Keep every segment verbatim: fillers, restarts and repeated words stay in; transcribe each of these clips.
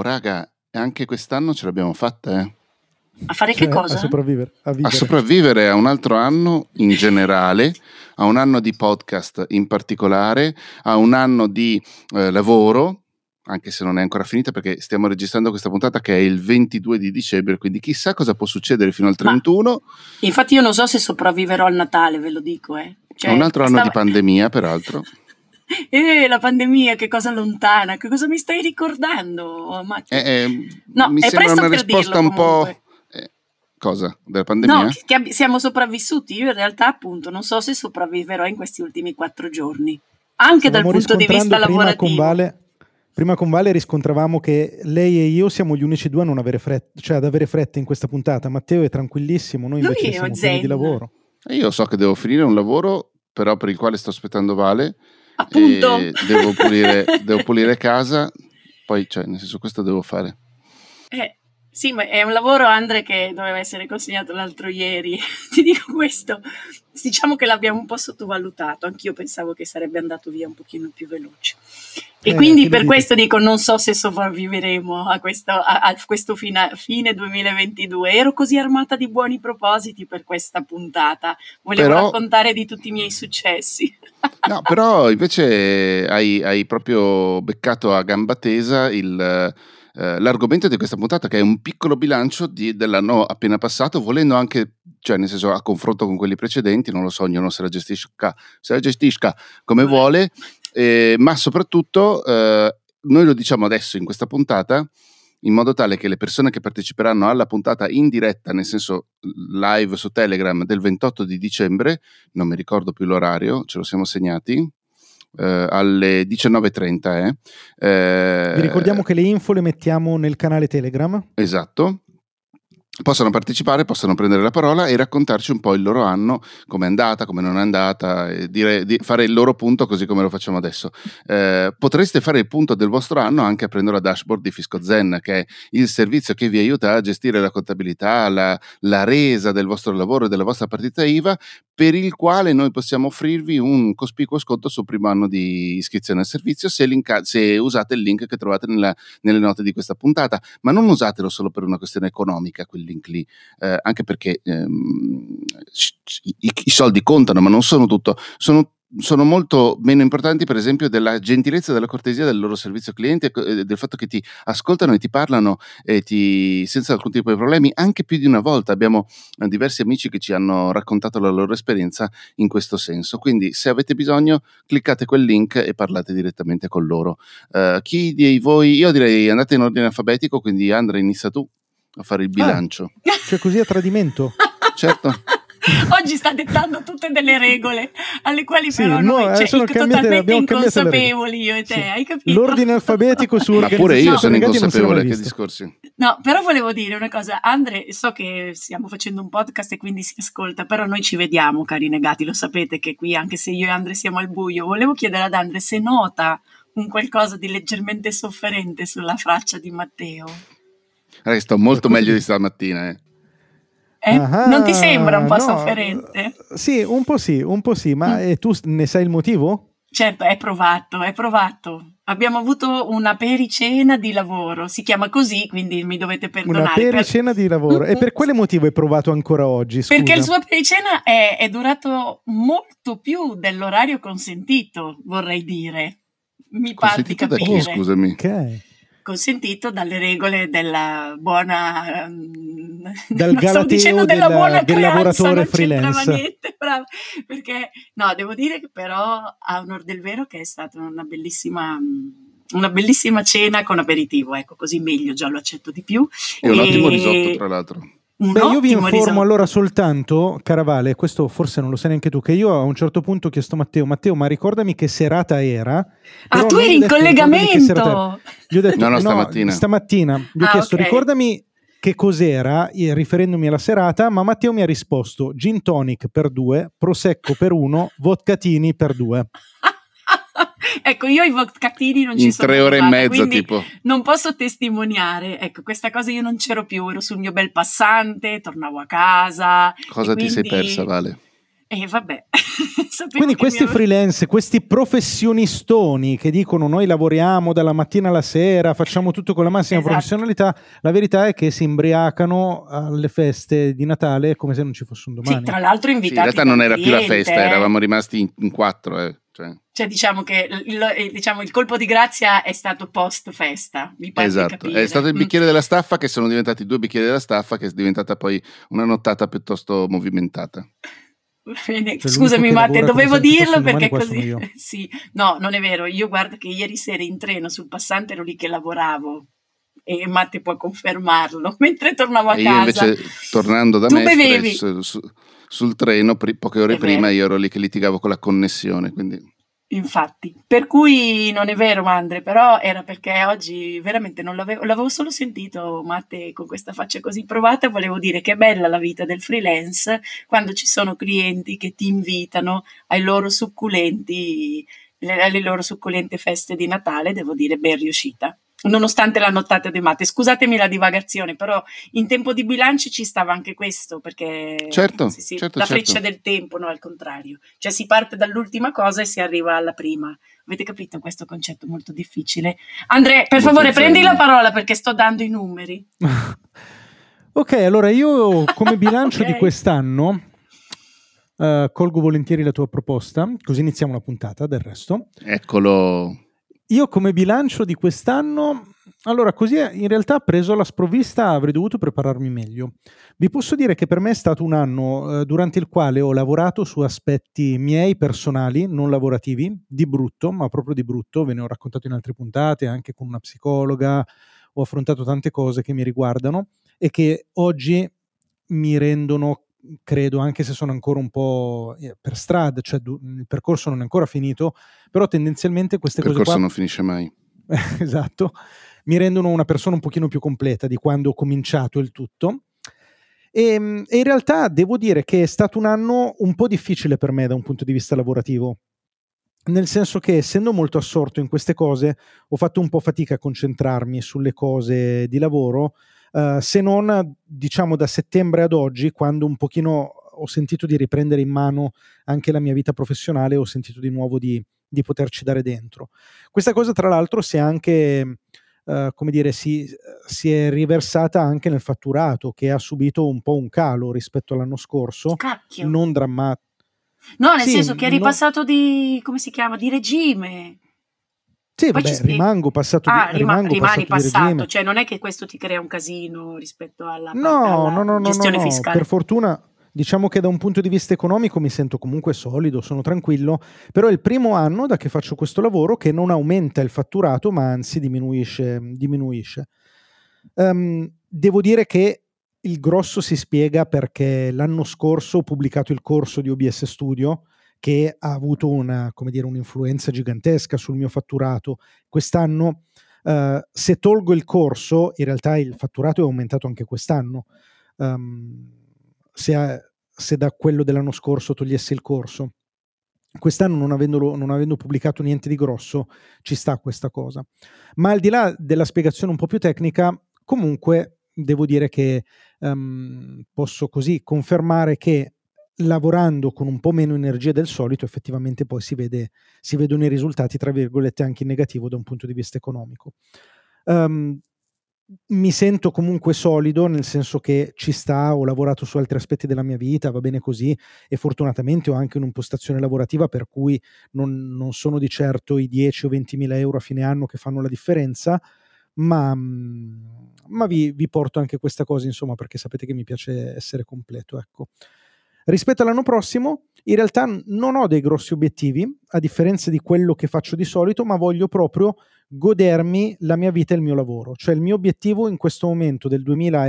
raga, anche quest'anno ce l'abbiamo fatta, eh. A fare Cioè, che cosa? a sopravvivere. A, A vivere. sopravvivere a un altro anno in generale, a un anno di podcast in particolare, a un anno di eh, lavoro, anche se non è ancora finita perché stiamo registrando questa puntata che è il ventidue di dicembre, quindi chissà cosa può succedere fino al trentuno. Ma, infatti io non so se sopravviverò al Natale, ve lo dico. Eh. Cioè, un altro anno stava... di pandemia, peraltro. Eh, la pandemia, che cosa lontana, che cosa mi stai ricordando? Ma... Eh, eh, no, mi è sembra una per risposta dirlo, un po'... comunque. Cosa? Della pandemia? No, che ab- siamo sopravvissuti. Io in realtà appunto non so se sopravviverò in questi ultimi quattro giorni, anche Stavamo dal punto di vista riscontrando prima lavorativo. con Vale, prima con Vale riscontravamo che lei e io siamo gli unici due a non avere fretta, cioè ad avere fretta in questa puntata. Matteo è tranquillissimo, noi Lui invece è siamo zen. pieni di lavoro. E io so che devo finire un lavoro, però per il quale sto aspettando Vale. Appunto. E devo pulire, devo pulire casa, poi cioè nel senso questo devo fare. Eh, sì, ma è un lavoro, Andre, che doveva essere consegnato l'altro ieri. Ti dico questo, diciamo che l'abbiamo un po' sottovalutato, anch'io pensavo che sarebbe andato via un pochino più veloce. E Eh, quindi che per lo questo dico, non so se sopravviveremo a questo, a, a questo fina, fine duemilaventidue. Ero così armata di buoni propositi per questa puntata, volevo Però- raccontare di tutti i miei successi. No, però invece hai, hai proprio beccato a gamba tesa il, eh, l'argomento di questa puntata, che è un piccolo bilancio di, dell'anno appena passato, volendo anche, cioè nel senso a confronto con quelli precedenti, non lo so, ognuno se la gestisca, se la gestisca come vuole, eh, ma soprattutto eh, noi lo diciamo adesso in questa puntata, in modo tale che le persone che parteciperanno alla puntata in diretta, nel senso live su Telegram del ventotto di dicembre, non mi ricordo più l'orario, ce lo siamo segnati, eh, alle diciannove e trenta. Eh. Eh, Vi ricordiamo che le info le mettiamo nel canale Telegram. Esatto. Possono partecipare, possono prendere la parola e raccontarci un po' il loro anno, come è andata, come non è andata, e dire, di, fare il loro punto così come lo facciamo adesso. Eh, potreste fare il punto del vostro anno anche aprendo la dashboard di FiscoZen, che è il servizio che vi aiuta a gestire la contabilità, la, la resa del vostro lavoro e della vostra partita I V A, per il quale noi possiamo offrirvi un cospicuo sconto sul primo anno di iscrizione al servizio se, linka, se usate il link che trovate nella, nelle note di questa puntata, ma non usatelo solo per una questione economica, quel link lì, eh, anche perché ehm, i, i soldi contano, ma non sono tutto, sono sono molto meno importanti, per esempio, della gentilezza e della cortesia del loro servizio cliente, e del fatto che ti ascoltano e ti parlano e ti, senza alcun tipo di problemi, anche più di una volta. Abbiamo eh, diversi amici che ci hanno raccontato la loro esperienza in questo senso, quindi se avete bisogno cliccate quel link e parlate direttamente con loro. Uh, chi di voi, io direi andate in ordine alfabetico, quindi Andrea inizia tu a fare il bilancio. Ah, cioè così a tradimento? Certo. Oggi sta dettando tutte delle regole alle quali Sì, però no, noi, cioè, sono inc- cambiate- totalmente abbiamo cambiato le regole. inconsapevoli io e te, Sì. hai capito? L'ordine alfabetico su Ma pure io sono organizzazione legati non si era mai inconsapevole, che visto. discorsi. No, però volevo dire una cosa, Andre, so che stiamo facendo un podcast e quindi si ascolta, però noi ci vediamo, cari negati, lo sapete che qui, anche se io e Andre siamo al buio, volevo chiedere ad Andre se nota un qualcosa di leggermente sofferente sulla faccia di Matteo. Allora, sto molto Cosa meglio di- di stamattina, eh. Eh? Ah, Non ti sembra un po' no. sofferente? Sì, un po' sì, un po' sì, ma Mm. eh, tu ne sai il motivo? Certo, è provato, è provato. Abbiamo avuto una pericena di lavoro, si chiama così, quindi mi dovete perdonare. Una per- pericena di lavoro. E Mm-mm. per quale motivo è provato ancora oggi? Scusa. Perché il suo pericena è, è durato molto più dell'orario consentito, vorrei dire. Mi pare di Consentito da chi, capire. scusami? Ok. Consentito dalle regole della buona ehm, Dal non stavo galateo dicendo della del- buona del creanza, lavoratore non c'entrava freelance. niente, brava, perché no, devo dire che però a onor del vero che è stata una bellissima una bellissima cena con aperitivo, ecco, così meglio, già lo accetto di più. E un E- ottimo risotto, tra l'altro. un Beh, io vi ottimo informo risotto. allora soltanto, Caravale, questo forse non lo sai neanche tu, che io a un certo punto ho chiesto a Matteo, Matteo, ma ricordami che serata era? Ah, Però tu non eri gli ho in detto, ricordami che serata era. collegamento! Gli ho detto, No, no, eh, stamattina. stamattina. Gli ho Ah, chiesto, ok. ricordami che cos'era, eh, riferendomi alla serata, ma Matteo mi ha risposto, gin tonic per due, prosecco per uno, vodkatini per due. Ecco, io i vodkatini non ci In sono tre ore e arrivata, mezza, quindi tipo. non posso testimoniare. Ecco, questa cosa io non c'ero più, ero sul mio bel passante, tornavo a casa. Cosa e ti sei quindi- persa, Vale? E vabbè. Quindi questi freelance, questi professionistoni che dicono noi lavoriamo dalla mattina alla sera, facciamo tutto con la massima esatto. professionalità, la verità è che si imbriacano alle feste di Natale come se non ci fosse un domani. Sì, tra l'altro invitati sì, in realtà non era cliente, più la festa, eh. eravamo rimasti in, in quattro. Eh. Cioè. cioè diciamo che il, diciamo, il colpo di grazia è stato post festa, mi pare esatto. capire. È stato il bicchiere della staffa che sono diventati due bicchieri della staffa che è diventata poi una nottata piuttosto movimentata. Cioè, scusami Matte, dovevo dirlo perché così sì, no, non è vero, io guarda che ieri sera in treno sul passante ero lì che lavoravo e Matte può confermarlo, mentre tornavo a e casa io invece tornando da tu me su, su, sul treno poche ore è prima vero. Io ero lì che litigavo con la connessione, quindi infatti, per cui non è vero Andre, però era perché oggi veramente non l'avevo, l'avevo solo sentito Matte con questa faccia così provata, volevo dire che è bella la vita del freelance quando ci sono clienti che ti invitano ai loro succulenti, alle loro succulente feste di Natale, devo dire ben riuscita. Nonostante la nottata dei Matte, scusatemi la divagazione, però in tempo di bilanci ci stava anche questo, perché certo, sì, sì, certo, la certo. freccia del tempo, no, al contrario, cioè si parte dall'ultima cosa e si arriva alla prima. Avete capito questo concetto molto difficile? Andre, per molto favore, zen. Prendi la parola perché sto dando i numeri. Ok, allora io come bilancio okay. di quest'anno uh, colgo volentieri la tua proposta, così iniziamo la puntata del resto. Eccolo. Io come bilancio di quest'anno, allora così in realtà preso alla sprovvista avrei dovuto prepararmi meglio. Vi posso dire che per me è stato un anno eh, durante il quale ho lavorato su aspetti miei personali, non lavorativi, di brutto, ma proprio di brutto, ve ne ho raccontato in altre puntate, anche con una psicologa, ho affrontato tante cose che mi riguardano e che oggi mi rendono, credo, anche se sono ancora un po' per strada, cioè il percorso non è ancora finito, però tendenzialmente queste cose qua... Il percorso non finisce mai. Esatto, mi rendono una persona un pochino più completa di quando ho cominciato il tutto. E, e in realtà devo dire che è stato un anno un po' difficile per me da un punto di vista lavorativo, nel senso che essendo molto assorto in queste cose ho fatto un po' fatica a concentrarmi sulle cose di lavoro, uh, se non diciamo da settembre ad oggi, quando un pochino ho sentito di riprendere in mano anche la mia vita professionale, ho sentito di nuovo di, di poterci dare dentro. Questa cosa tra l'altro si è anche uh, come dire si, si è riversata anche nel fatturato, che ha subito un po' un calo rispetto all'anno scorso. Cacchio. Non drammatico. No, nel sì, senso che eri no... passato di, come si chiama, di regime. Sì, vabbè, spieghi... rimango passato ah, di, rima- rimango rimani passato, passato, di regime. Cioè non è che questo ti crea un casino rispetto alla, no, alla no, no, gestione no, no, fiscale. Per fortuna, diciamo che da un punto di vista economico mi sento comunque solido, sono tranquillo, però è il primo anno da che faccio questo lavoro che non aumenta il fatturato, ma anzi diminuisce. diminuisce. Um, devo dire che il grosso si spiega perché l'anno scorso ho pubblicato il corso di O B S Studio, che ha avuto una, come dire, un'influenza gigantesca sul mio fatturato. Quest'anno, uh, se tolgo il corso, in realtà il fatturato è aumentato anche quest'anno. Um, se, se da quello dell'anno scorso togliessi il corso. Quest'anno, non avendo, non avendo pubblicato niente di grosso, ci sta questa cosa. Ma al di là della spiegazione un po' più tecnica, comunque devo dire che um, posso così confermare che lavorando con un po' meno energia del solito effettivamente poi si vede, si vedono i risultati tra virgolette anche in negativo da un punto di vista economico. Um, mi sento comunque solido, nel senso che ci sta, ho lavorato su altri aspetti della mia vita, va bene così, e fortunatamente ho anche un'impostazione lavorativa per cui non, non sono di certo i dieci o ventimila euro a fine anno che fanno la differenza, ma, ma vi, vi porto anche questa cosa, insomma, perché sapete che mi piace essere completo, ecco. Rispetto all'anno prossimo, in realtà non ho dei grossi obiettivi, a differenza di quello che faccio di solito, ma voglio proprio godermi la mia vita e il mio lavoro. Cioè il mio obiettivo in questo momento del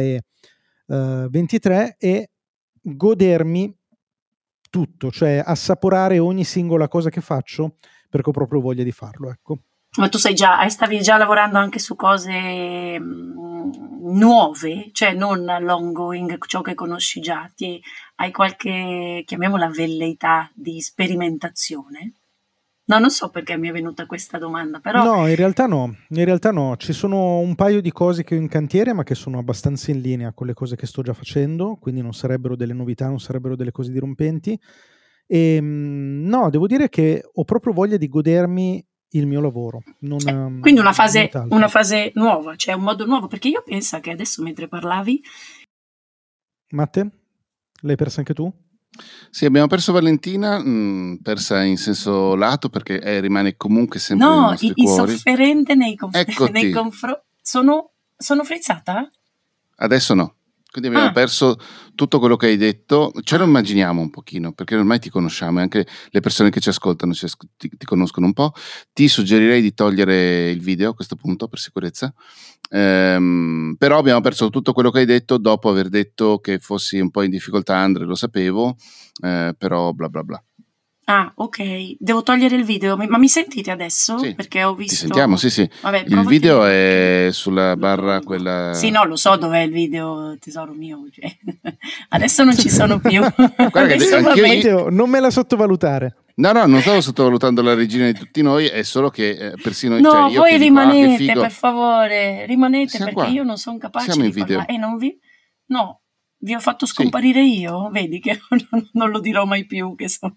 duemilaventitré è godermi tutto, cioè assaporare ogni singola cosa che faccio, perché ho proprio voglia di farlo, ecco. Ma tu sai già, stavi già lavorando anche su cose mh, nuove, cioè non all'ongoing, ciò che conosci già, ti, hai qualche, chiamiamola velleità di sperimentazione? No, non so perché mi è venuta questa domanda, però... No, in realtà no, in realtà no, ci sono un paio di cose che ho in cantiere, ma che sono abbastanza in linea con le cose che sto già facendo, quindi non sarebbero delle novità, non sarebbero delle cose dirompenti. E mh, no, devo dire che ho proprio voglia di godermi il mio lavoro. Non, Eh, quindi una fase, nient'altro. una fase nuova, cioè un modo nuovo, perché io penso che adesso mentre parlavi, Matte? L'hai persa anche tu? Sì, abbiamo perso Valentina, mh, persa in senso lato perché eh, rimane comunque sempre nei no, nostri i- cuori. insofferente nei, conf- nei Eccoti, confronti. Sono, sono frizzata? adesso no. Quindi abbiamo Ah, perso tutto quello che hai detto. Ce lo ah, immaginiamo un pochino, perché ormai ti conosciamo e anche le persone che ci ascoltano ci asco- ti, ti conoscono un po'. Ti suggerirei di togliere il video a questo punto per sicurezza. Ehm, però abbiamo perso tutto quello che hai detto dopo aver detto che fossi un po' in difficoltà, Andre, lo sapevo, eh, però bla bla bla. ah, ok, devo togliere il video, mi- ma mi sentite adesso? Sì, Perché ho ti sentiamo, visto... sì, sì. Vabbè, Il provo a video tenerlo perché è sulla lo barra tolgo. Sì, quella... no, lo so dov'è il video, tesoro mio. Cioè, adesso non ci sono più. Guarda che Adesso va anch'io... bene. Matteo, non me la sottovalutare. No, no, non stavo sottovalutando la regina di tutti noi, è solo che eh, persino cioè, No, io voi che dico, ah, che rimanete, figo, per favore, rimanete siamo perché qua, io non sono capace siamo in di parlare. video. E non vi... No, vi ho fatto Sì. scomparire io? Vedi che non, non lo dirò mai più che sono...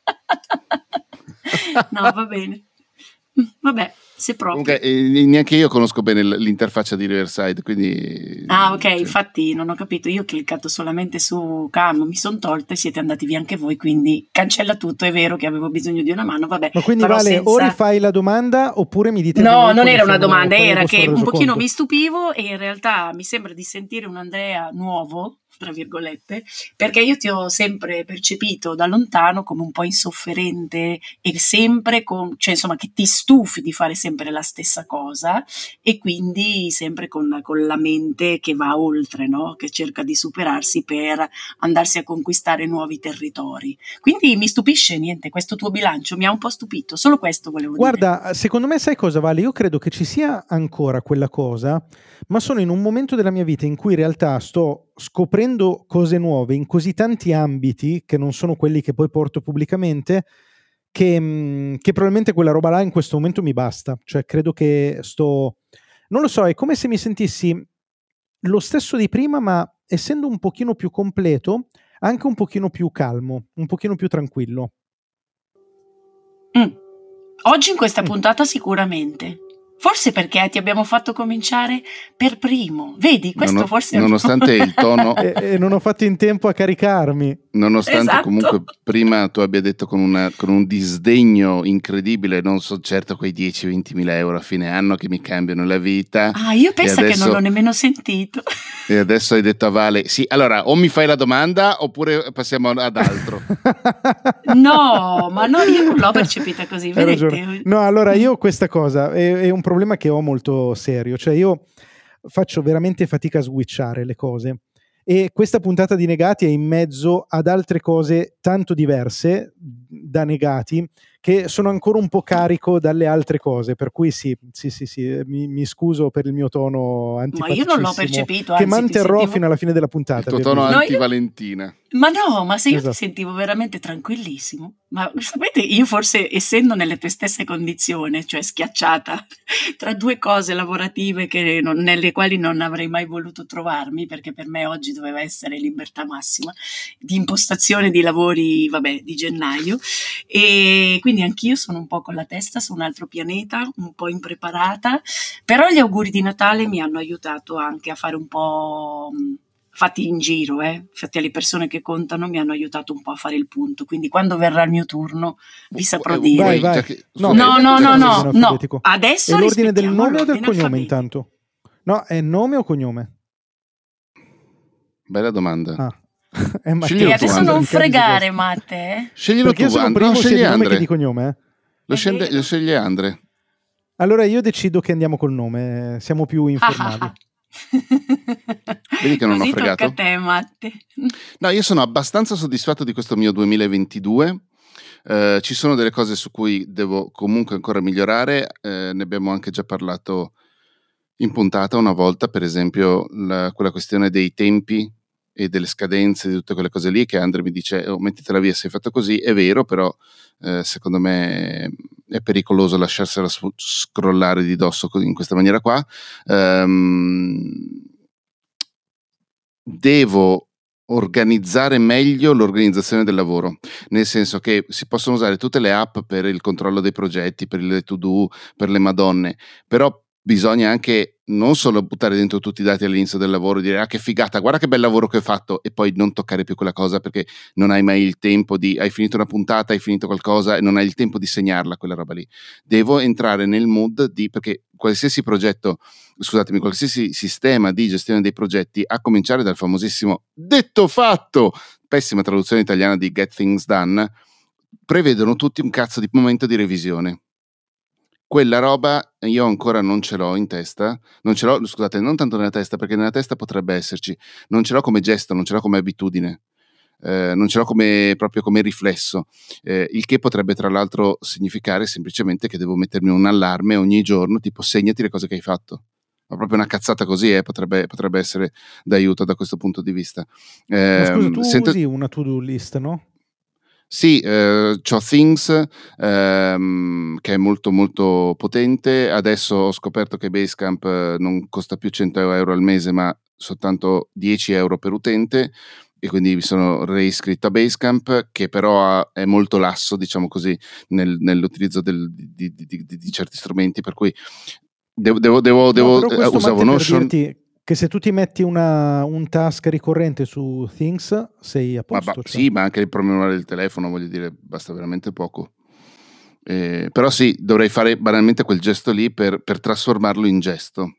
No, va bene. Vabbè, se proprio. Comunque eh, neanche io conosco bene l- l'interfaccia di Riverside, quindi... Ah, ok, cioè, infatti non ho capito. Io ho cliccato solamente su Cam, mi sono tolta e siete andati via anche voi, quindi cancella tutto. È vero che avevo bisogno di una mano, vabbè, Ma quindi farò Vale, o senza... rifai la domanda oppure mi dite No, voi non quali era una sono, domanda, qual è il era vostro che un pochino resoconto. mi stupivo e in realtà mi sembra di sentire un Andrea nuovo, tra virgolette, perché io ti ho sempre percepito da lontano come un po' insofferente e sempre con, cioè insomma che ti stufi di fare sempre la stessa cosa e quindi sempre con, con la mente che va oltre, no? Che cerca di superarsi per andarsi a conquistare nuovi territori. Quindi mi stupisce niente, questo tuo bilancio mi ha un po' stupito, solo questo volevo dire. Guarda, secondo me sai cosa Vale? Io credo che ci sia ancora quella cosa, ma sono in un momento della mia vita in cui in realtà sto scoprendo cose nuove in così tanti ambiti che non sono quelli che poi porto pubblicamente, che, mh, che probabilmente quella roba là in questo momento mi basta. Cioè credo che sto... Non lo so, è come se mi sentissi lo stesso di prima, ma essendo un pochino più completo, anche un pochino più calmo, un pochino più tranquillo. Mm. Oggi in questa Mm. puntata sicuramente. Forse perché ti abbiamo fatto cominciare per primo. Vedi, questo Nono- forse è un... nonostante il tono, E, e non ho fatto in tempo a caricarmi. nonostante Esatto. comunque prima tu abbia detto con, una, con un disdegno incredibile, non so certo quei dieci venti mila euro a fine anno che mi cambiano la vita. Ah, io penso e adesso, che non l'ho nemmeno sentito. E adesso hai detto a Vale, sì, allora o mi fai la domanda oppure passiamo ad altro. No, ma no, io non l'ho percepita così, Hai ragione. vedete? No, allora io questa cosa è, è un problema che ho molto serio, cioè io faccio veramente fatica a switchare le cose e questa puntata di Negati è in mezzo ad altre cose tanto diverse da Negati che sono ancora un po' carico dalle altre cose, per cui sì, sì, sì, sì mi, mi scuso per il mio tono Ma io non l'ho antipaticissimo percepito, che anzi ti manterrò sentivo... fino alla fine della puntata. Il tuo vi tono avviso. No, io- anti-Valentina. Ma no, ma se io Esatto. ti sentivo veramente tranquillissimo, ma sapete, io forse essendo nelle tue stesse condizioni, cioè schiacciata tra due cose lavorative che non- nelle quali non avrei mai voluto trovarmi, perché per me oggi doveva essere libertà massima, di impostazione di lavori, vabbè, di gennaio, e quindi anch'io sono un po' con la testa su un altro pianeta, un po' impreparata, però gli auguri di Natale mi hanno aiutato anche a fare un po'... mh, fatti in giro, eh, fatti alle persone che contano, mi hanno aiutato un po' a fare il punto. Quindi quando verrà il mio turno vi saprò Eh, dire. Vai, vuoi- vai. già che- No, scusa, No, eh, no, già no, che- no, ordine no. alfabetico. Adesso È l'ordine del rispettiamo nome o del l'ordine cognome alfabetico. intanto? No, è nome o cognome? Bella domanda. Ah. È Matteo. Sceglielo E tu, adesso Andre. non Mica di fregare, gesto. Matte. Eh? Sceglielo Perché io tu, sono Andre. primo No, sia scegli di nome che Andre. di cognome. Eh? Lo, È scende- vero. lo sceglie Andre. Allora io decido che andiamo col nome, siamo più informali. Vedi che non ho Così tocca fregato? a te, Matte. No, io sono abbastanza soddisfatto di questo mio duemilaventidue. Eh, ci sono delle cose su cui devo comunque ancora migliorare, eh, ne abbiamo anche già parlato in puntata una volta, per esempio la- quella questione dei tempi e delle scadenze, di tutte quelle cose lì, che Andre mi dice oh, mettitela via, sei fatto così, è vero, però eh, secondo me è pericoloso lasciarsela su- scrollare di dosso così, in questa maniera qua. Ehm, devo organizzare meglio l'organizzazione del lavoro, nel senso che si possono usare tutte le app per il controllo dei progetti, per le to-do, per le madonne, però bisogna anche non solo buttare dentro tutti i dati all'inizio del lavoro e dire ah che figata, guarda che bel lavoro che ho fatto, e poi non toccare più quella cosa perché non hai mai il tempo di, hai finito una puntata, hai finito qualcosa e non hai il tempo di segnarla quella roba lì. Devo entrare nel mood di, perché qualsiasi progetto, scusatemi, qualsiasi sistema di gestione dei progetti, a cominciare dal famosissimo detto fatto, pessima traduzione italiana di Get Things Done, prevedono tutti un cazzo di momento di revisione. Quella roba io ancora non ce l'ho in testa, non ce l'ho, scusate, non tanto nella testa, perché nella testa potrebbe esserci, non ce l'ho come gesto, non ce l'ho come abitudine, eh, non ce l'ho come, proprio come riflesso, eh, il che potrebbe tra l'altro significare semplicemente che devo mettermi un allarme ogni giorno, tipo segnati le cose che hai fatto. Ma proprio una cazzata così, eh, potrebbe, potrebbe essere d'aiuto da questo punto di vista. Eh, Ma scusa, tu sento... usi una to-do list, no? Sì, eh, c'ho Things ehm, che è molto molto potente. Adesso ho scoperto che Basecamp eh, non costa più cento euro al mese, ma soltanto dieci euro per utente, e quindi mi sono reiscritto a Basecamp, che però ha, è molto lasso, diciamo così, nel, nell'utilizzo del, di, di, di, di certi strumenti, per cui devo, devo, devo, no, devo però questo, eh, usavo Matte, per Notion. dirti che se tu ti metti una, un task ricorrente su Things sei a posto. Ma ba- cioè. Sì, ma anche il promemoria del telefono, voglio dire, basta veramente poco. Eh, però sì, dovrei fare banalmente quel gesto lì per, per trasformarlo in gesto.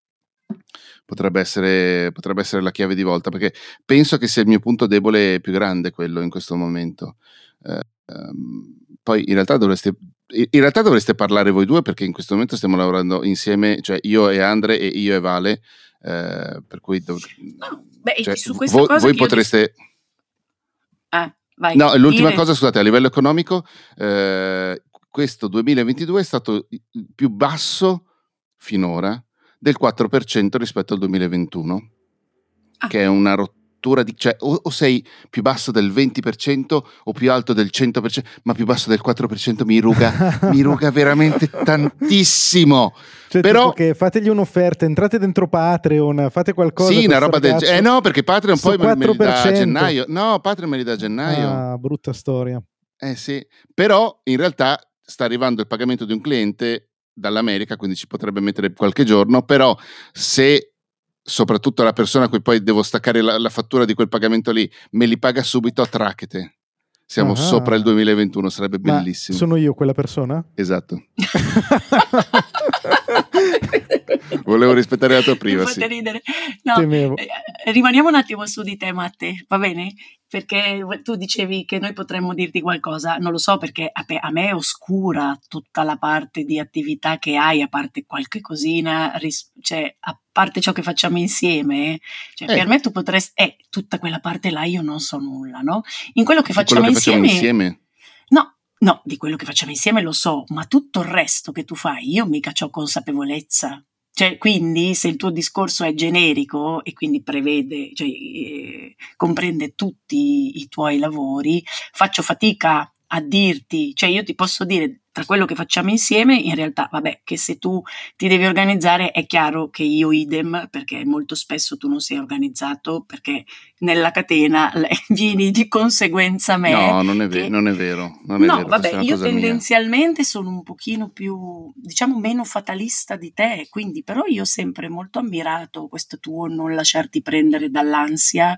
Potrebbe essere, potrebbe essere la chiave di volta, perché penso che sia il mio punto debole più grande quello in questo momento. Eh, um, poi in realtà dovreste in realtà dovreste parlare voi due, perché in questo momento stiamo lavorando insieme, cioè io e Andre e io e Vale, eh, per cui dov- No, beh, cioè, su questa voi, cosa voi che io potreste dis- ah, vai, no, e l'ultima dire. cosa, scusate, a livello economico, eh, questo duemilaventidue è stato il più basso finora del quattro per cento rispetto al duemilaventuno, Ah. che è una rottura di, cioè o, o sei più basso del venti per cento o più alto del cento per cento, ma più basso del quattro per cento mi ruga, mi ruga veramente tantissimo. Cioè, Però tipo che fategli un'offerta, entrate dentro Patreon, fate qualcosa. sì, per una roba del genere. Eh no, perché Patreon Sto poi me, me li dà a quattro per cento. gennaio. No, Patreon me li dà a gennaio. Ah, brutta storia. Eh sì, però in realtà sta arrivando il pagamento di un cliente dall'America, quindi ci potrebbe mettere qualche giorno, però se soprattutto la persona a cui poi devo staccare la, la fattura di quel pagamento lì me li paga subito, a tracchete. Siamo Ah, sopra il duemilaventuno, sarebbe ma bellissimo. sono io quella persona? Esatto. Volevo rispettare la tua privacy. Fate ridere. No, Temevo. eh, rimaniamo un attimo su di te, Matte, va bene? Perché tu dicevi che noi potremmo dirti qualcosa, non lo so, perché a, pe- a me è oscura tutta la parte di attività che hai, a parte qualche cosina, ris- cioè a parte ciò che facciamo insieme, cioè Eh. per me tu potresti, eh, tutta quella parte là io non so nulla, no? In quello che facciamo, Quello che facciamo insieme, insieme? no. No, di quello che facciamo insieme lo so, ma tutto il resto che tu fai, io mica c'ho consapevolezza. Cioè, quindi, se il tuo discorso è generico e quindi prevede, cioè, eh, comprende tutti i tuoi lavori, faccio fatica a dirti, cioè io ti posso dire tra quello che facciamo insieme, in realtà, vabbè, che se tu ti devi organizzare è chiaro che io idem, perché molto spesso tu non sei organizzato, perché nella catena vieni di conseguenza a me. No, non è, ve- che... non è vero. Non è no, vero, vabbè, questa è una io cosa tendenzialmente mia. Sono un pochino più, diciamo, meno fatalista di te, quindi però io ho sempre molto ammirato questo tuo non lasciarti prendere dall'ansia,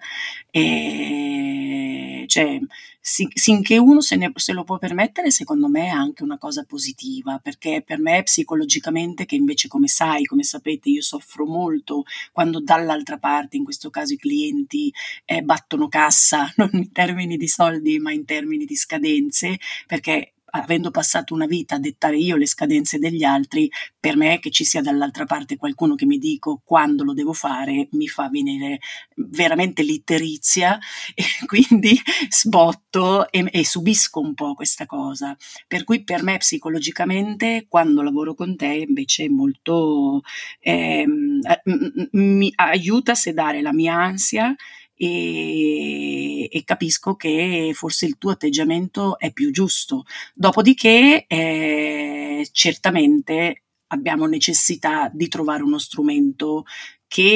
e cioè, si, sinché uno se, ne, se lo può permettere, secondo me è anche una cosa positiva, perché per me psicologicamente, che invece come sai, come sapete, io soffro molto quando dall'altra parte, in questo caso i clienti, eh, battono cassa, non in termini di soldi ma in termini di scadenze, perché avendo passato una vita a dettare io le scadenze degli altri, per me che ci sia dall'altra parte qualcuno che mi dico quando lo devo fare mi fa venire veramente l'itterizia, e quindi sbotto e, e subisco un po' questa cosa, per cui per me psicologicamente quando lavoro con te invece è molto eh, mi aiuta a sedare la mia ansia. E, e capisco che forse il tuo atteggiamento è più giusto. Dopodiché, eh, certamente abbiamo necessità di trovare uno strumento che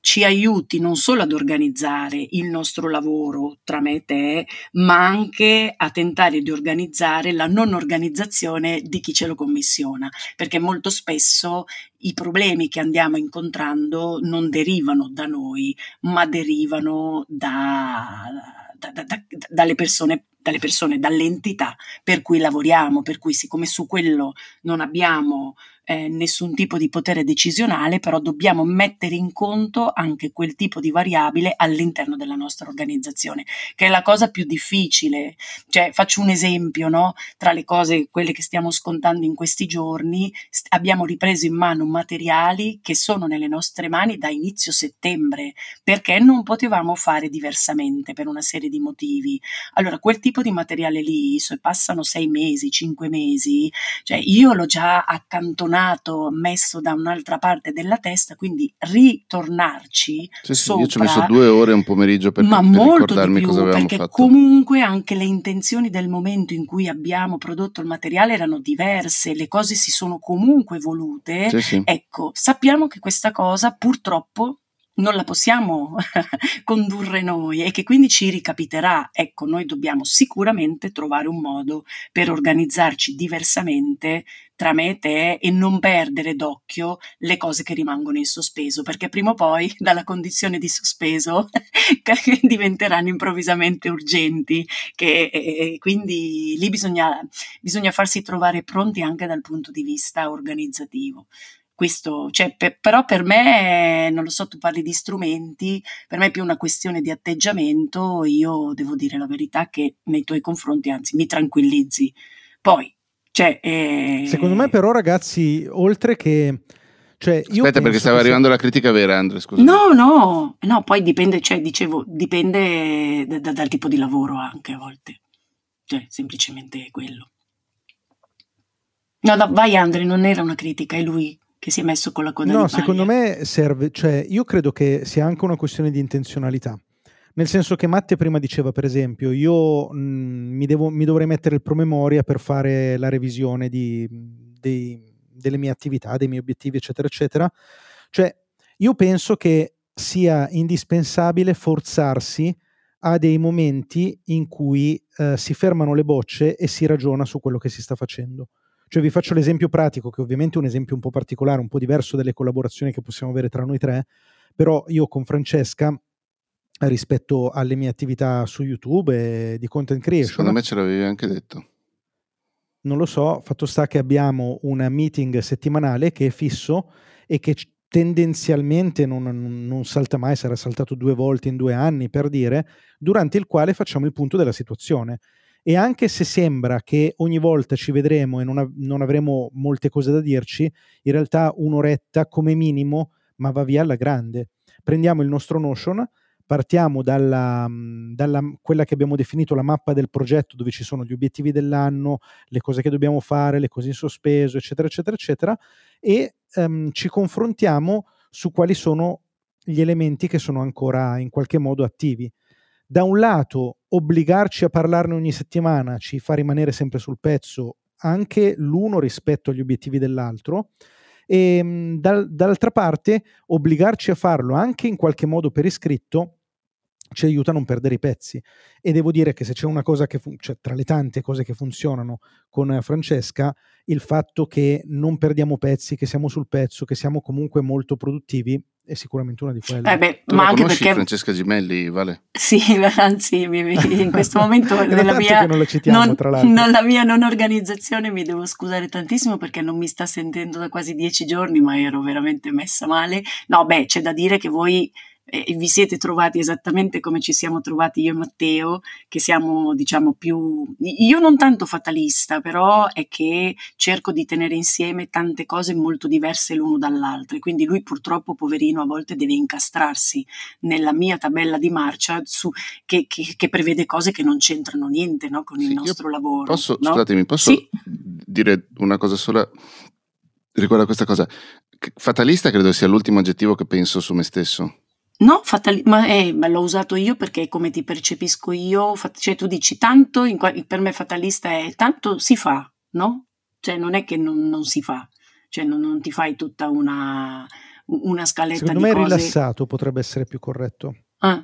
ci aiuti non solo ad organizzare il nostro lavoro tra me e te, ma anche a tentare di organizzare la non organizzazione di chi ce lo commissiona, perché molto spesso i problemi che andiamo incontrando non derivano da noi, ma derivano da, da, da, da, dalle persone, dalle persone, dalle entità per cui lavoriamo, per cui siccome su quello non abbiamo Eh, nessun tipo di potere decisionale, però dobbiamo mettere in conto anche quel tipo di variabile all'interno della nostra organizzazione, che è la cosa più difficile. Cioè, faccio un esempio, no? Tra le cose, quelle che stiamo scontando in questi giorni, st- abbiamo ripreso in mano materiali che sono nelle nostre mani da inizio settembre, perché non potevamo fare diversamente per una serie di motivi. Allora, quel tipo di materiale lì, se passano sei mesi, cinque mesi, cioè io l'ho già accantonato, messo da un'altra parte della testa, quindi ritornarci Sì, sì, sopra, io ci ho messo due ore un pomeriggio per, ma per molto di ricordarmi più, cosa avevamo perché fatto. comunque anche le intenzioni del momento in cui abbiamo prodotto il materiale erano diverse, le cose si sono comunque evolute. Sì, sì. Ecco, sappiamo che questa cosa purtroppo non la possiamo condurre noi e che quindi ci ricapiterà. Ecco, noi dobbiamo sicuramente trovare un modo per organizzarci diversamente tra me e te e non perdere d'occhio le cose che rimangono in sospeso, perché prima o poi dalla condizione di sospeso diventeranno improvvisamente urgenti, che, e quindi lì bisogna, bisogna farsi trovare pronti anche dal punto di vista organizzativo. Questo, cioè, per, però per me, non lo so, tu parli di strumenti, per me è più una questione di atteggiamento. Io devo dire la verità che nei tuoi confronti, anzi, mi tranquillizzi. Poi, cioè, eh... secondo me però, ragazzi, oltre che... Cioè, io Aspetta, perché stava arrivando se... la critica vera, Andre, scusa. No, no, no, poi dipende, cioè, dicevo, dipende da, da, dal tipo di lavoro anche a volte. Cioè, semplicemente quello. No, no, vai Andre, non era una critica, è lui che si è messo con la coda no, di paglia. Secondo me serve, cioè io credo che sia anche una questione di intenzionalità, nel senso che Matte prima diceva, per esempio, io mh, mi, devo, mi dovrei mettere il promemoria per fare la revisione di, di, delle mie attività, dei miei obiettivi, eccetera, eccetera. Cioè, io penso che sia indispensabile forzarsi a dei momenti in cui eh, si fermano le bocce e si ragiona su quello che si sta facendo. Cioè vi faccio l'esempio pratico, che ovviamente è un esempio un po' particolare, un po' diverso dalle collaborazioni che possiamo avere tra noi tre, però io con Francesca, rispetto alle mie attività su YouTube e di content creation... Secondo me ce l'avevi anche detto. Non lo so, fatto sta che abbiamo un meeting settimanale che è fisso e che tendenzialmente non, non salta mai, sarà saltato due volte in due anni, per dire, durante il quale facciamo il punto della situazione. E anche se sembra che ogni volta ci vedremo e non, av- non avremo molte cose da dirci, in realtà un'oretta come minimo, ma va via alla grande. Prendiamo il nostro Notion, partiamo dalla, dalla quella che abbiamo definito la mappa del progetto, dove ci sono gli obiettivi dell'anno, le cose che dobbiamo fare, le cose in sospeso, eccetera, eccetera, eccetera, e um, ci confrontiamo su quali sono gli elementi che sono ancora in qualche modo attivi. Da un lato, obbligarci a parlarne ogni settimana ci fa rimanere sempre sul pezzo, anche l'uno rispetto agli obiettivi dell'altro, e dal, dall'altra parte, obbligarci a farlo anche in qualche modo per iscritto ci aiuta a non perdere i pezzi. E devo dire che se c'è una cosa che fun- cioè, tra le tante cose che funzionano con Francesca, il fatto che non perdiamo pezzi, che siamo sul pezzo, che siamo comunque molto produttivi, è sicuramente una di quelle. Eh beh, tu ma la anche conosci perché Francesca Gimelli, Vale? Sì, anzi, mi, mi, in questo momento nella tanto mia, che non la citiamo, non, tra l'altro. nella mia non organizzazione mi devo scusare tantissimo perché non mi sta sentendo da quasi dieci giorni, ma ero veramente messa male. No, beh, c'è da dire che voi eh, vi siete trovati esattamente come ci siamo trovati io e Matteo, che siamo, diciamo, più... Io non tanto fatalista, però è che cerco di tenere insieme tante cose molto diverse l'uno dall'altro, e quindi lui purtroppo, poverino, a volte deve incastrarsi nella mia tabella di marcia su, che, che, che prevede cose che non c'entrano niente, no, con Sì, il nostro lavoro. Posso, no? Scusatemi, posso sì? dire una cosa sola riguardo a questa cosa? Fatalista credo sia l'ultimo aggettivo che penso su me stesso. No, fatali- ma, eh, ma l'ho usato io perché è come ti percepisco io, fat- cioè tu dici tanto, in qua- per me fatalista è tanto si fa, no? Cioè non è che non, non si fa, cioè non, non ti fai tutta una, una scaletta Secondo di me cose. rilassato potrebbe essere più corretto. Ah,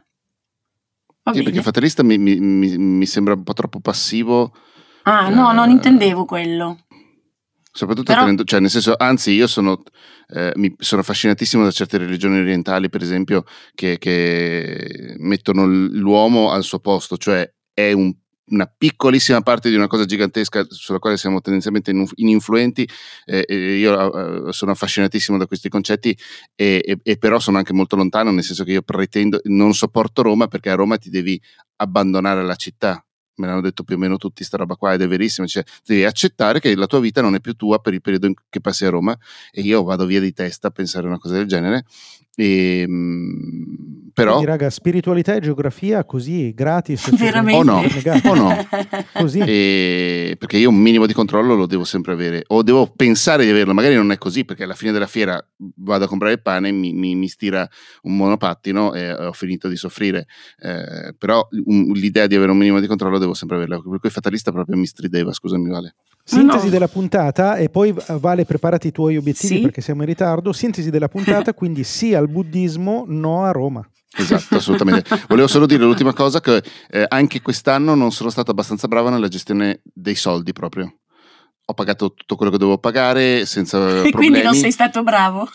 va Sì, bene. perché fatalista mi, mi- mi- mi sembra un po' troppo passivo, Ah, no, non eh, intendevo quello. soprattutto Però tenendo, cioè nel senso, anzi io sono, eh, mi, sono affascinatissimo da certe religioni orientali, per esempio, che, che mettono l'uomo al suo posto, cioè è un- una piccolissima parte di una cosa gigantesca sulla quale siamo tendenzialmente in- ininfluenti. Eh, e io eh, sono affascinatissimo da questi concetti, e, e- e però sono anche molto lontano, nel senso che io pretendo, non sopporto Roma, perché a Roma ti devi abbandonare la città. Me l'hanno detto più o meno tutti, sta roba qua, ed è verissimo, cioè devi accettare che la tua vita non è più tua per il periodo in che passi a Roma, e io vado via di testa a pensare una cosa del genere. E, mh, però Quindi, raga, spiritualità e geografia così gratis, cioè, veramente. o no, negati. o no. Così. E perché io un minimo di controllo lo devo sempre avere, o devo pensare di averlo. Magari non è così, perché alla fine della fiera vado a comprare il pane, mi, mi, mi stira un monopattino e ho finito di soffrire. Eh, però un, l'idea di avere un minimo di controllo devo sempre averla, per cui fatalista proprio mi strideva. Scusami, Vale. Sintesi No. della puntata, e poi Vale, preparati i tuoi obiettivi Sì. perché siamo in ritardo. Sintesi della puntata, quindi sì al buddismo, no a Roma. Esatto, assolutamente. Volevo solo dire l'ultima cosa, che eh, anche quest'anno non sono stato abbastanza bravo nella gestione dei soldi proprio. Ho pagato tutto quello che dovevo pagare senza problemi. E quindi non sei stato bravo.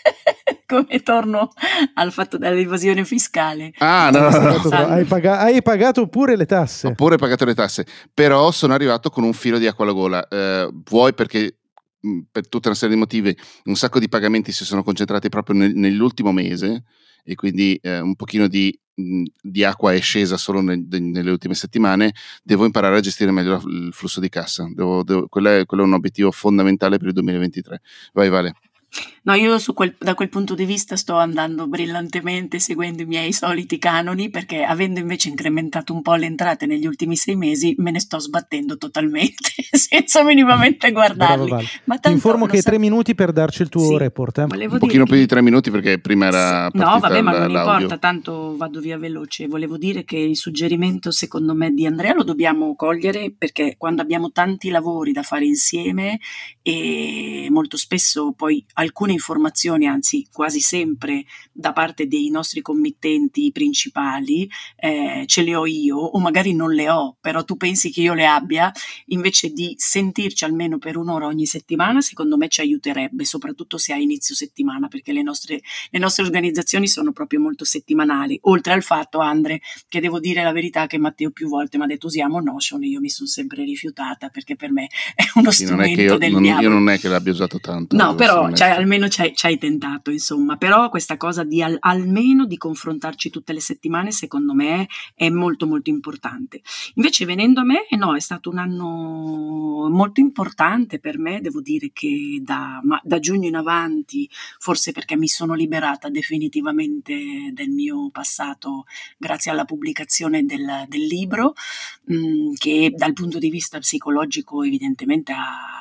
Come torno al fatto dell'evasione fiscale. Ah, no, Hai no, no, pagato, no. hai paga- hai pagato pure le tasse. Ho pure pagato le tasse, però sono arrivato con un filo di acqua alla gola. Eh, vuoi perché mh, per tutta una serie di motivi un sacco di pagamenti si sono concentrati proprio nel- nell'ultimo mese, e quindi eh, un pochino di, mh, di acqua è scesa solo nel- de- nelle ultime settimane. Devo imparare a gestire meglio la- il flusso di cassa. Devo- devo- quello, è, quello è un obiettivo fondamentale per il duemilaventitré. Vai, Vale. No, io su quel- da quel punto di vista sto andando brillantemente seguendo i miei soliti canoni, perché avendo invece incrementato un po' le entrate negli ultimi sei mesi me ne sto sbattendo totalmente senza minimamente Bravo, guardarli. Vale. Ma Ti tanto informo lo che hai sa- tre minuti per darci il tuo Sì, report. Eh? volevo Un dire pochino che- più di tre minuti perché prima era Sì. No, partita vabbè, ma l- non l'audio. importa, tanto vado via veloce. Volevo dire che il suggerimento, secondo me, di Andrea lo dobbiamo cogliere, perché quando abbiamo tanti lavori da fare insieme e molto spesso poi alcune informazioni, anzi quasi sempre da parte dei nostri committenti principali, eh, ce le ho io, o magari non le ho, però tu pensi che io le abbia, invece di sentirci almeno per un'ora ogni settimana, secondo me ci aiuterebbe, soprattutto se a inizio settimana, perché le nostre, le nostre organizzazioni sono proprio molto settimanali. Oltre al fatto, Andre, che devo dire la verità, che Matteo più volte mi ha detto usiamo Notion, e io mi sono sempre rifiutata, perché per me è uno Sì, non è che strumento io, del non, diavolo. io non è che l'abbia usato tanto. No, devo essere però cioè, onesto. almeno ci hai, ci hai tentato, insomma. Però questa cosa di al- almeno di confrontarci tutte le settimane, secondo me, è molto molto importante. Invece venendo a me, eh no, è stato un anno molto importante per me, devo dire che da, ma- da giugno in avanti, forse perché mi sono liberata definitivamente del mio passato grazie alla pubblicazione del, del libro, mh, che dal punto di vista psicologico evidentemente ha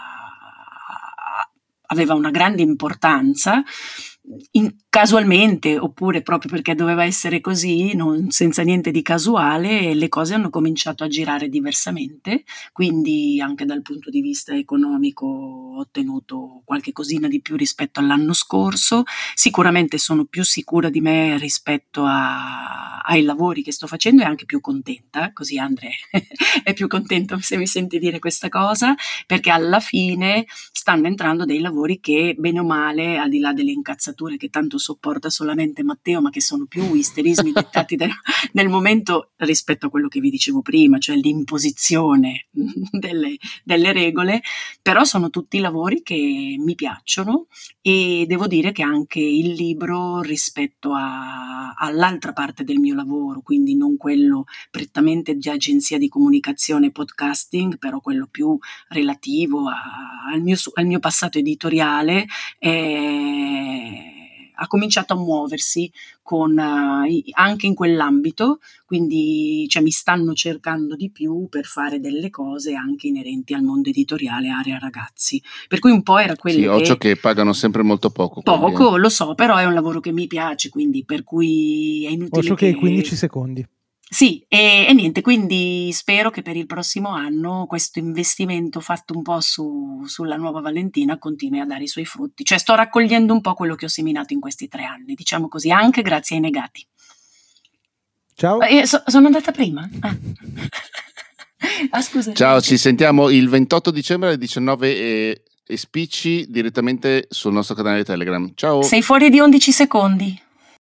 aveva una grande importanza, in, casualmente, oppure proprio perché doveva essere così, non, senza niente di casuale, le cose hanno cominciato a girare diversamente, quindi anche dal punto di vista economico ho ottenuto qualche cosina di più rispetto all'anno scorso. Sicuramente sono più sicura di me rispetto a, ai lavori che sto facendo, e anche più contenta, così Andre è più contento se mi senti dire questa cosa, perché alla fine stanno entrando dei lavori che, bene o male, al di là delle incazzature che tanto sopporta solamente Matteo, ma che sono più isterismi dettati del, del momento rispetto a quello che vi dicevo prima, cioè l'imposizione delle, delle regole, però sono tutti lavori che mi piacciono, e devo dire che anche il libro, rispetto a, all'altra parte del mio lavoro, quindi non quello prettamente di agenzia di comunicazione podcasting, però quello più relativo a, al, mio, al mio passato editoriale, eh, ha cominciato a muoversi con, uh, anche in quell'ambito, quindi cioè, mi stanno cercando di più per fare delle cose anche inerenti al mondo editoriale, area ragazzi, per cui un po' era quello Sì, che... occhio che pagano sempre molto poco. Poco, quelli, eh. lo so, però è un lavoro che mi piace, quindi per cui è inutile Occhio che che... hai quindici secondi. Sì, e, e niente, quindi spero che per il prossimo anno questo investimento fatto un po' su, sulla nuova Valentina continui a dare i suoi frutti. Cioè sto raccogliendo un po' quello che ho seminato in questi tre anni, diciamo così, anche grazie ai negati. Ciao. Eh, so- sono andata prima? Ah, ah scusa. Ciao, ci sentiamo il ventotto dicembre alle diciannove e, e spicci direttamente sul nostro canale Telegram. Ciao. Sei fuori di undici secondi.